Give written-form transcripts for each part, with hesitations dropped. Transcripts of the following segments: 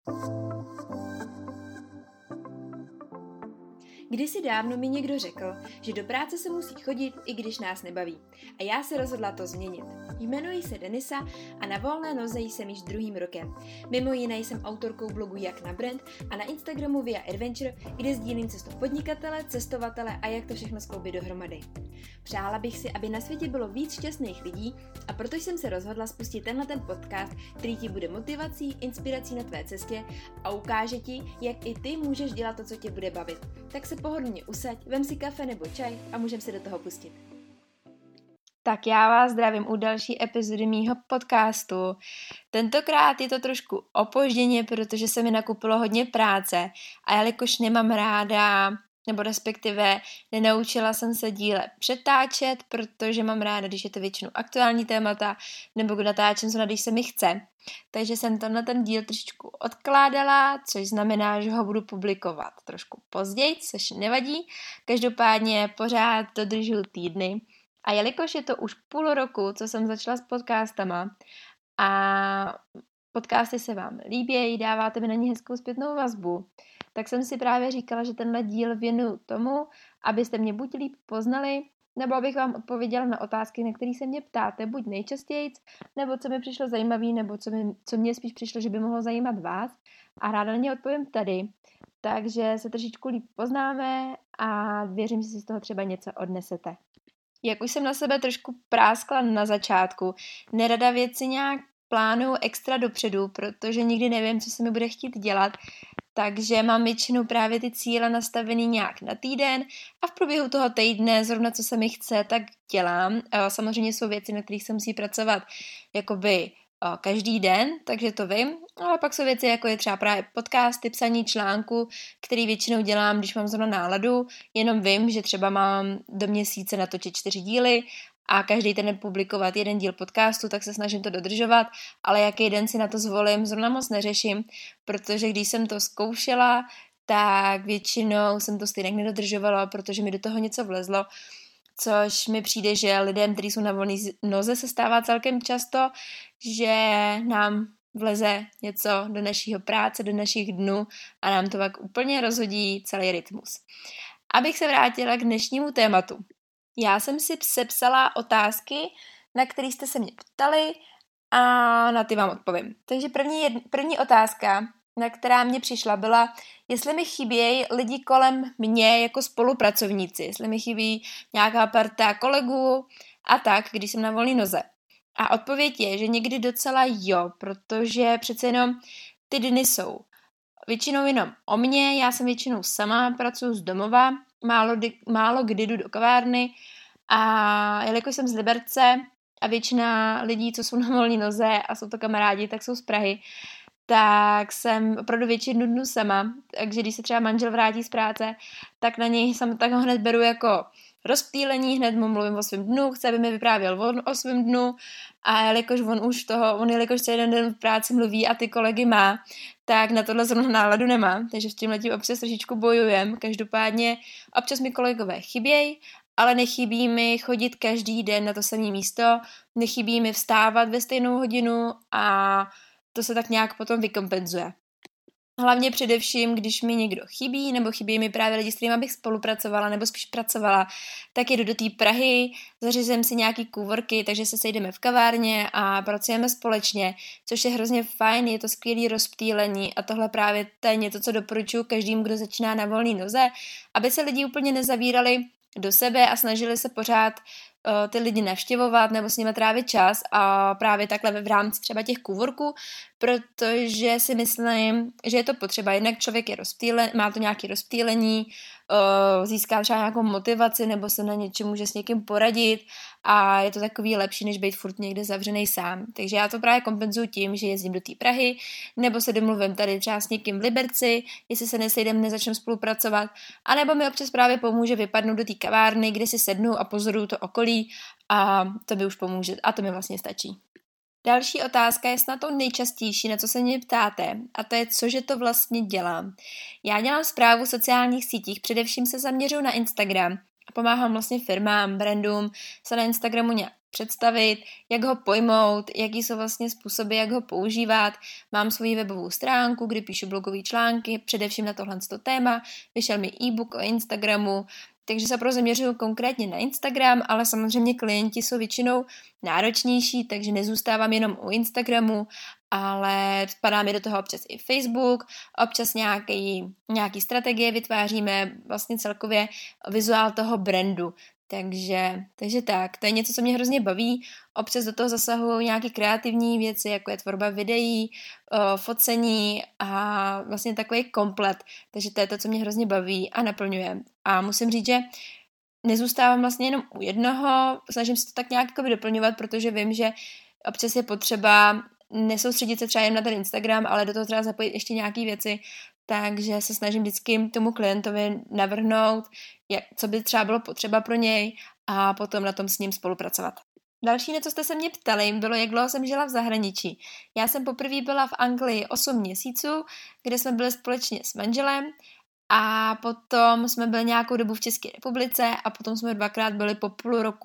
Kdysi dávno mi někdo řekl, že do práce se musí chodit, i když nás nebaví. A já se rozhodla to změnit. Jmenuji se Denisa a na volné noze jsem již 2. rokem. Mimo jiné jsem autorkou blogu Jak na brand a na Instagramu Via Adventure, kde sdílím cestu podnikatele, cestovatele a jak to všechno skloubit dohromady. Přála bych si, aby na světě bylo víc šťastných lidí, a proto jsem se rozhodla spustit ten podcast, který ti bude motivací, inspirací na tvé cestě a ukáže ti, jak i ty můžeš dělat to, co tě bude bavit. Tak se pohodlně usaď, vem si kafe nebo čaj a můžeme se do toho pustit. Tak já vás zdravím u další epizody mýho podcastu. Tentokrát je to trošku opožděně, protože se mi nakupilo hodně práce a jelikož nemám ráda, nebo respektive nenaučila jsem se díle přetáčet, protože mám ráda, když je to většinou aktuální témata, nebo natáčím zrovna, když se mi chce. Takže jsem to na ten díl trošičku odkládala, což znamená, že ho budu publikovat trošku později, což nevadí. Každopádně pořád dodržuju týdny. A jelikož je to už 0,5 roku, co jsem začala s podcastama a podcasty se vám líbí, dáváte mi na ně hezkou zpětnou vazbu, tak jsem si právě říkala, že tenhle díl věnuju tomu, abyste mě buď líp poznali, nebo abych vám odpověděla na otázky, na které se mě ptáte, buď nejčastěji, nebo co mi přišlo zajímavé, nebo co mě spíš přišlo, že by mohlo zajímat vás. A ráda na ně odpovím tady. Takže se trošičku líp poznáme a věřím, že si z toho třeba něco odnesete. Jak už jsem na sebe trošku práskla na začátku, nerada věci nějak plánuju extra dopředu, protože nikdy nevím, co se mi bude chtít dělat, takže mám většinou právě ty cíle nastavený nějak na týden a v průběhu toho týdne zrovna co se mi chce, tak dělám. Samozřejmě jsou věci, na kterých se musí pracovat jakoby každý den, takže to vím, ale pak jsou věci, jako je třeba právě podcasty, psaní článku, který většinou dělám, když mám zrovna náladu, jenom vím, že třeba mám do měsíce natočit 4 díly a každý den publikovat 1 díl podcastu, tak se snažím to dodržovat, ale jaký den si na to zvolím, zrovna moc neřeším, protože když jsem to zkoušela, tak většinou jsem to stejně nedodržovala, protože mi do toho něco vlezlo, což mi přijde, že lidem, kteří jsou na volné noze, se stává celkem často, že nám vleze něco do našího práce, do našich dnů a nám to pak úplně rozhodí celý rytmus. Abych se vrátila k dnešnímu tématu. Já jsem si sepsala otázky, na které jste se mě ptali a na ty vám odpovím. Takže první otázka, na která mě přišla, byla, jestli mi chybějí lidi kolem mě jako spolupracovníci, jestli mi chybí nějaká parta kolegů a tak, když jsem na volné noze. A odpověď je, že někdy docela jo, protože přece jenom ty dny jsou většinou jenom o mně, já jsem většinou sama, pracuji z domova, málo kdy jdu do kavárny a jelikož jsem z Liberce a většina lidí, co jsou na volné noze a jsou to kamarádi, tak jsou z Prahy, tak jsem opravdu většinu dnů sama, takže když se třeba manžel vrátí z práce, tak na něj tak ho hned beru jako rozptýlení, hned mu mluvím o svém dnu, chce, aby mi vyprávěl on o svém dnu a jelikož jelikož celý den v práci mluví a ty kolegy má, tak na tohle zrovna náladu nemá, takže s tímhletím občas trošičku bojujem. Každopádně občas mi kolegové chybějí, ale nechybí mi chodit každý den na to samé místo, nechybí mi vstávat ve stejnou hodinu a to se tak nějak potom vykompenzuje. Hlavně především, když mi někdo chybí, nebo chybí mi právě lidi, s kterými bych spolupracovala, nebo spíš pracovala, tak jedu do té Prahy, zařizujeme si nějaký coworky, takže se sejdeme v kavárně a pracujeme společně, což je hrozně fajn, je to skvělý rozptýlení a tohle právě je něco, co doporučuji každému, kdo začíná na volné noze, aby se lidi úplně nezavírali do sebe a snažili se pořád ty lidi navštěvovat nebo s nimi trávit čas a právě takhle v rámci třeba těch coworků, protože si myslím, že je to potřeba. Jednak člověk je má to nějaké rozptýlení, získá třeba nějakou motivaci nebo se na něčem může s někým poradit a je to takový lepší, než být furt někde zavřenej sám. Takže já to právě kompenzuju tím, že jezdím do té Prahy nebo se domluvím tady třeba s někým v Liberci, jestli se nesejdem, nezačneme spolupracovat, anebo mi občas právě pomůže vypadnout do té kavárny, kde si sednu a pozoruju to okolí a to mi už pomůže a to mi vlastně stačí. Další otázka je snad to nejčastější, na co se mě ptáte, a to je, cože to vlastně dělám. Já dělám správu v sociálních sítích, především se zaměřuju na Instagram a pomáhám vlastně firmám, brandům se na Instagramu nějak představit, jak ho pojmout, jaký jsou vlastně způsoby, jak ho používat. Mám svoji webovou stránku, kde píšu blogové články, především na tohle téma. Vyšel mi e-book o Instagramu, takže se zaměřuju konkrétně na Instagram, ale samozřejmě klienti jsou většinou náročnější, takže nezůstávám jenom u Instagramu, ale spadá mi do toho občas i Facebook, občas nějaký strategie vytváříme, vlastně celkově vizuál toho brandu. Takže tak, to je něco, co mě hrozně baví. Občas do toho zasahují nějaké kreativní věci, jako je tvorba videí, focení a vlastně takový komplet. Takže to je to, co mě hrozně baví a naplňuje. A musím říct, že nezůstávám vlastně jenom u jednoho, snažím se to tak nějak doplňovat, protože vím, že občas je potřeba nesoustředit se třeba jen na ten Instagram, ale do toho třeba zapojit ještě nějaké věci, takže se snažím vždycky tomu klientovi navrhnout, co by třeba bylo potřeba pro něj a potom na tom s ním spolupracovat. Další, na co jste se mě ptali, bylo, jak dlouho jsem žila v zahraničí. Já jsem poprvé byla v Anglii 8 měsíců, kde jsme byli společně s manželem a potom jsme byli nějakou dobu v České republice a potom jsme 2krát byli po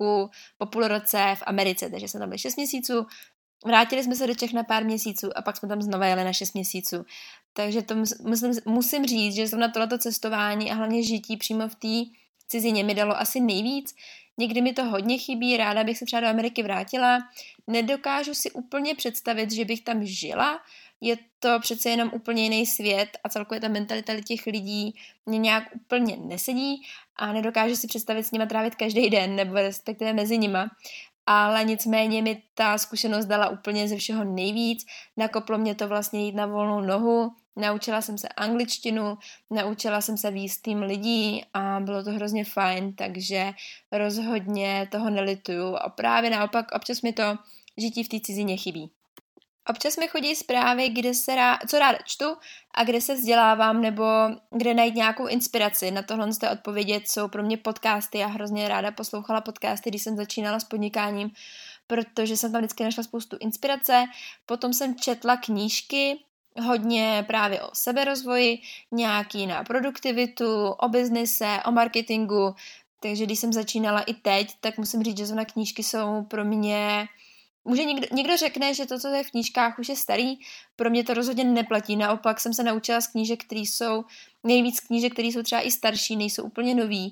půl roce v Americe, takže jsme tam byli 6 měsíců. Vrátili jsme se do Čech na pár měsíců a pak jsme tam znova jeli na 6 měsíců. Takže to musím říct, že zrovna tohleto cestování a hlavně žití přímo v té cizině mi dalo asi nejvíc. Někdy mi to hodně chybí, ráda bych se třeba do Ameriky vrátila. Nedokážu si úplně představit, že bych tam žila. Je to přece jenom úplně jiný svět a celkově ta mentalita těch lidí mě nějak úplně nesedí a nedokážu si představit s nima trávit každý den nebo respektive mezi nima. Ale nicméně mi ta zkušenost dala úplně ze všeho nejvíc. Nakoplo mě to vlastně jít na volnou nohu. Naučila jsem se angličtinu, naučila jsem se víc tým lidí a bylo to hrozně fajn, takže rozhodně toho nelituju. A právě naopak občas mi to žití v té cizině chybí. Občas mi chodí zprávy, co ráda čtu a kde se vzdělávám nebo kde najít nějakou inspiraci. Na tohle odpovědět jsou pro mě podcasty. Já hrozně ráda poslouchala podcasty, když jsem začínala s podnikáním, protože jsem tam vždycky našla spoustu inspirace. Potom jsem četla knížky, hodně právě o seberozvoji, nějaký na produktivitu, o biznise, o marketingu. Takže když jsem začínala i teď, tak musím říct, že zrovna knížky jsou pro mě... Může někdo řekne, že to, co je v knížkách, už je starý, pro mě to rozhodně neplatí. Naopak jsem se naučila z knížek, nejvíc knížek, které jsou třeba i starší, nejsou úplně nový.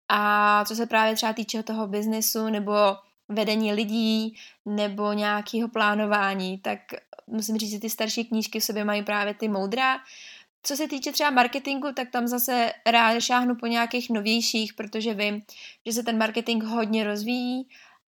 A co se právě třeba týče toho biznesu nebo vedení lidí nebo nějakého plánování, tak musím říct, že ty starší knížky v sobě mají právě ty moudra. Co se týče třeba marketingu, tak tam zase ráda šáhnu po nějakých novějších, protože vím, že se ten marketing hodně rozvíjí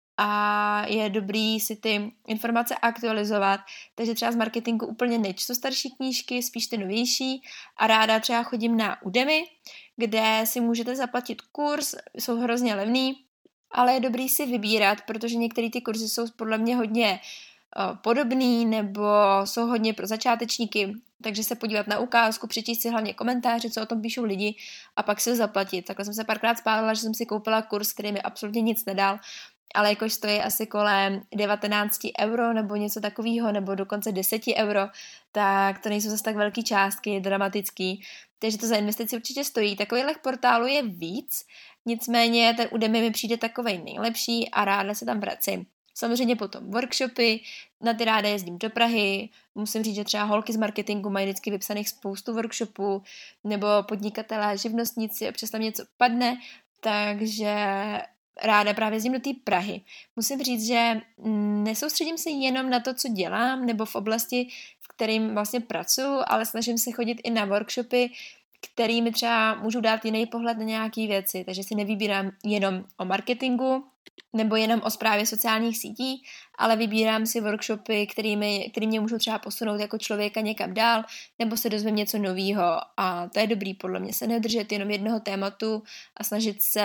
a je dobrý si ty informace aktualizovat, takže třeba z marketingu úplně nečtu starší knížky, spíš ty novější a ráda třeba chodím na Udemy, kde si můžete zaplatit kurz, jsou hrozně levný, ale je dobrý si vybírat, protože některé ty kurzy jsou podle mě hodně podobný nebo jsou hodně pro začátečníky, takže se podívat na ukázku, přečíst si hlavně komentáře, co o tom píšou lidi a pak si ho zaplatit. Takhle jsem se párkrát spálila, že jsem si koupila kurz, který mi absolutně nic nedal, ale jakož stojí asi kolem 19 euro nebo něco takového, nebo dokonce 10 euro, tak to nejsou zase tak velký částky, dramatický, takže to za investici určitě stojí. Takových portálů je víc, nicméně ten Udemy mi přijde takovej nejlepší a ráda se tam vracím. Samozřejmě potom workshopy, na ty ráda jezdím do Prahy, musím říct, že třeba holky z marketingu mají vždycky vypsaných spoustu workshopů, nebo podnikatelé, živnostníci, občas tam něco padne, takže ráda právě jezdím do té Prahy. Musím říct, že nesoustředím se jenom na to, co dělám, nebo v oblasti, v kterým vlastně pracuji, ale snažím se chodit i na workshopy, kterými třeba můžu dát jiný pohled na nějaké věci, takže si nevybírám jenom o marketingu nebo jenom o správě sociálních sítí, ale vybírám si workshopy, který mě můžou třeba posunout jako člověka někam dál, nebo se dozvím něco nového a to je dobrý podle mě, se nedržet jenom jednoho tématu a snažit se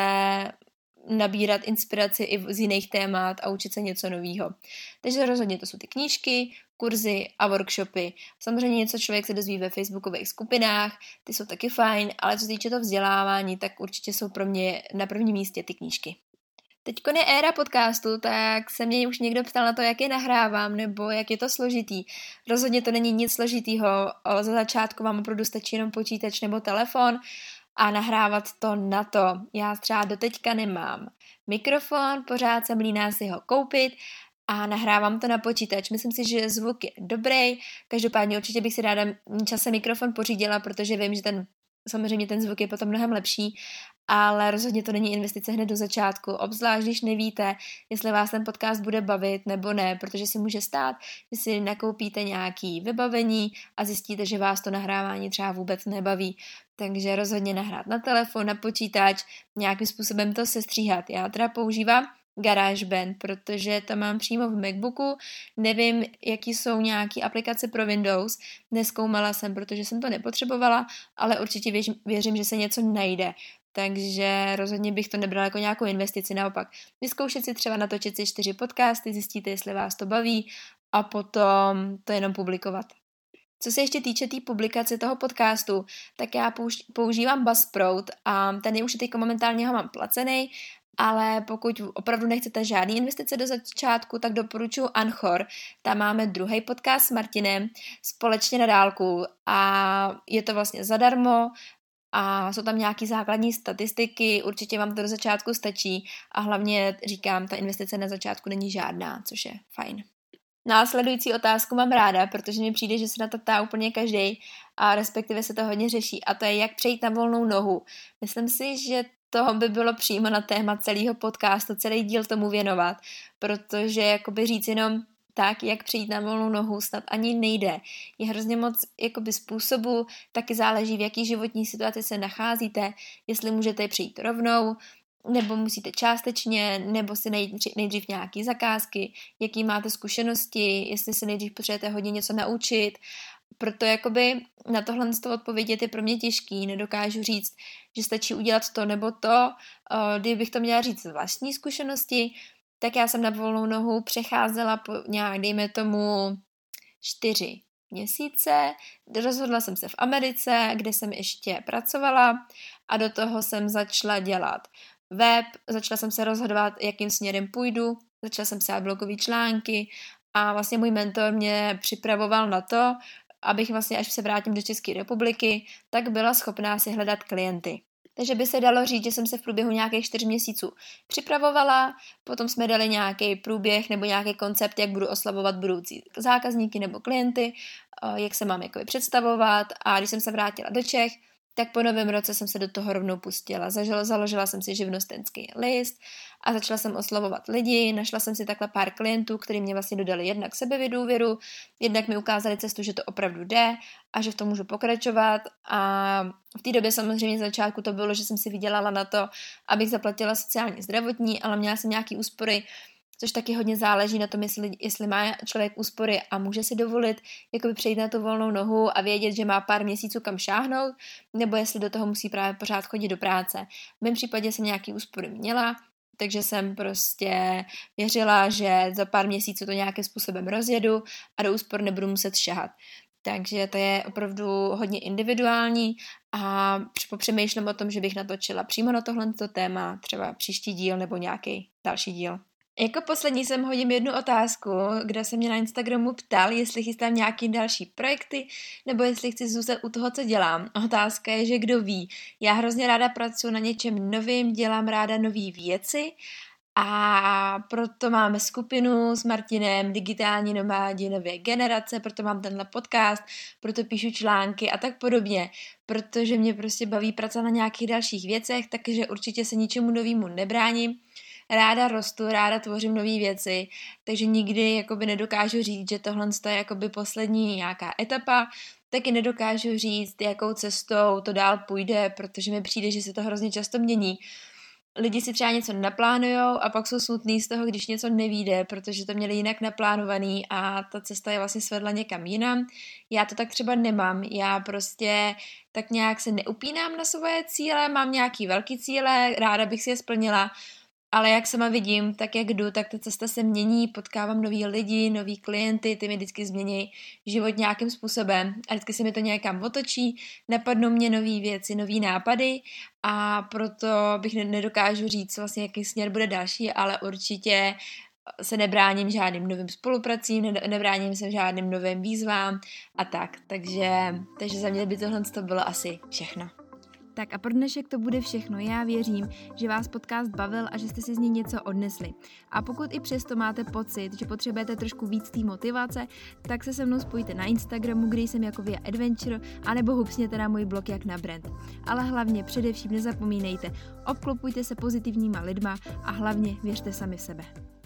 nabírat inspiraci i z jiných témat a učit se něco nového. Takže rozhodně to jsou ty knížky, kurzy a workshopy. Samozřejmě něco člověk se dozví ve facebookových skupinách, ty jsou taky fajn, ale co se týče toho vzdělávání, tak určitě jsou pro mě na prvním místě ty knížky. Teďko je éra podcastu, tak se mě už někdo ptal na to, jak je nahrávám, nebo jak je to složitý. Rozhodně to není nic složitýho, za začátku vám opravdu stačí jenom počítač nebo telefon a nahrávat to na to. Já třeba doteďka nemám mikrofon, pořád jsem líná si ho koupit a nahrávám to na počítač. Myslím si, že zvuk je dobrý, každopádně určitě bych si ráda časem mikrofon pořídila, protože vím, že samozřejmě ten zvuk je potom mnohem lepší, ale rozhodně to není investice hned do začátku, obzvlášť když nevíte, jestli vás ten podcast bude bavit nebo ne, protože si může stát, že si nakoupíte nějaký vybavení a zjistíte, že vás to nahrávání třeba vůbec nebaví. Takže rozhodně nahrát na telefon, na počítač, nějakým způsobem to sestříhat. Já teda používám GarageBand, protože to mám přímo v MacBooku, nevím, jaký jsou nějaké aplikace pro Windows, nezkoumala jsem, protože jsem to nepotřebovala, ale určitě věřím, že se něco najde. Takže rozhodně bych to nebrala jako nějakou investici, naopak. Vyzkoušet si třeba natočit si 4 podcasty, zjistíte, jestli vás to baví a potom to jenom publikovat. Co se ještě týče té publikace toho podcastu, tak já používám Buzzsprout a ten je už teď momentálně ho mám placený, ale pokud opravdu nechcete žádný investice do začátku, tak doporučuji Anchor. Tam máme druhý podcast s Martinem společně na dálku a je to vlastně zadarmo a jsou tam nějaké základní statistiky, určitě vám to do začátku stačí a hlavně říkám, ta investice na začátku není žádná, což je fajn. Následující otázku mám ráda, protože mi přijde, že se na to ptá úplně každý a respektive se to hodně řeší a to je, jak přejít na volnou nohu. Myslím si, že toho by bylo přímo na téma celého podcastu, celý díl tomu věnovat, protože jakoby říct jenom tak, jak přejít na volnou nohu, snad ani nejde. Je hrozně moc jakoby způsobů, taky záleží, v jaký životní situaci se nacházíte, jestli můžete přijít rovnou, nebo musíte částečně, nebo si nejdřív nějaký zakázky, jaký máte zkušenosti, jestli se nejdřív potřebujete hodně něco naučit. Proto jakoby na tohle odpovědět je pro mě těžký, nedokážu říct, že stačí udělat to nebo to. Kdybych to měla říct z vlastní zkušenosti, tak já jsem na volnou nohu přecházela po nějak, dejme tomu 4 měsíce. Rozhodla jsem se v Americe, kde jsem ještě pracovala a do toho jsem začala dělat web, začala jsem se rozhodovat, jakým směrem půjdu, začala jsem psát blogové články a vlastně můj mentor mě připravoval na to, abych vlastně, až se vrátím do České republiky, tak byla schopná si hledat klienty. Takže by se dalo říct, že jsem se v průběhu nějakých 4 měsíců připravovala, potom jsme dali nějaký průběh nebo nějaký koncept, jak budu oslavovat budoucí zákazníky nebo klienty, jak se mám jakoby představovat a když jsem se vrátila do Čech, tak po novém roce jsem se do toho rovnou pustila. Založila jsem si živnostenský list a začala jsem oslovovat lidi, našla jsem si takhle pár klientů, kteří mě vlastně dodali jednak sebedůvěru, jednak mi ukázali cestu, že to opravdu jde a že v tom můžu pokračovat a v té době samozřejmě z začátku to bylo, že jsem si vydělala na to, abych zaplatila sociální zdravotní, ale měla jsem nějaký úspory, což taky hodně záleží na tom, jestli má člověk úspory a může si dovolit jakoby přejít na tu volnou nohu a vědět, že má pár měsíců kam šáhnout, nebo jestli do toho musí právě pořád chodit do práce. V mém případě jsem nějaký úspory měla, takže jsem prostě věřila, že za pár měsíců to nějakým způsobem rozjedu a do úspor nebudu muset šahat. Takže to je opravdu hodně individuální a popřemýšlím o tom, že bych natočila přímo na tohle téma, třeba příští díl nebo nějaký další díl. Jako poslední jsem hodím jednu otázku, kde se mě na Instagramu ptal, jestli chystám nějaký další projekty, nebo jestli chci zůstat u toho, co dělám. Otázka je, že kdo ví. Já hrozně ráda pracuji na něčem novým, dělám ráda nové věci a proto máme skupinu s Martinem Digitální nomádi nové generace, proto mám tenhle podcast, proto píšu články a tak podobně, protože mě prostě baví pracovat na nějakých dalších věcech, takže určitě se ničemu novému nebráním. Ráda rostu, ráda tvořím nové věci, takže nikdy jakoby nedokážu říct, že tohle je jakoby poslední nějaká etapa, taky nedokážu říct, jakou cestou to dál půjde, protože mi přijde, že se to hrozně často mění. Lidi si třeba něco naplánujou a pak jsou smutný z toho, když něco nevyjde, protože to měli jinak naplánovaný a ta cesta je vlastně svedla někam jinam. Já to tak třeba nemám, já prostě tak nějak se neupínám na svoje cíle, mám nějaký velký cíle, ráda bych si je splnila, ale jak sama vidím, tak jak jdu, tak ta cesta se mění, potkávám nový lidi, nový klienty, ty mi vždycky změní život nějakým způsobem a vždycky se mi to někam otočí, napadnou mě nové věci, nový nápady a proto bych nedokážu říct vlastně, jaký směr bude další, ale určitě se nebráním žádným novým spolupracím, nebráním se žádným novým výzvám a tak, takže za mě by tohle bylo asi všechno. Tak a pro dnešek to bude všechno. Já věřím, že vás podcast bavil a že jste si z něj něco odnesli. A pokud i přesto máte pocit, že potřebujete trošku víc té motivace, tak se mnou spojte na Instagramu, kde jsem jako Via Adventure, anebo hupsněte na můj blog Jak na brand. Ale hlavně především nezapomínejte, obklopujte se pozitivníma lidma a hlavně věřte sami v sebe.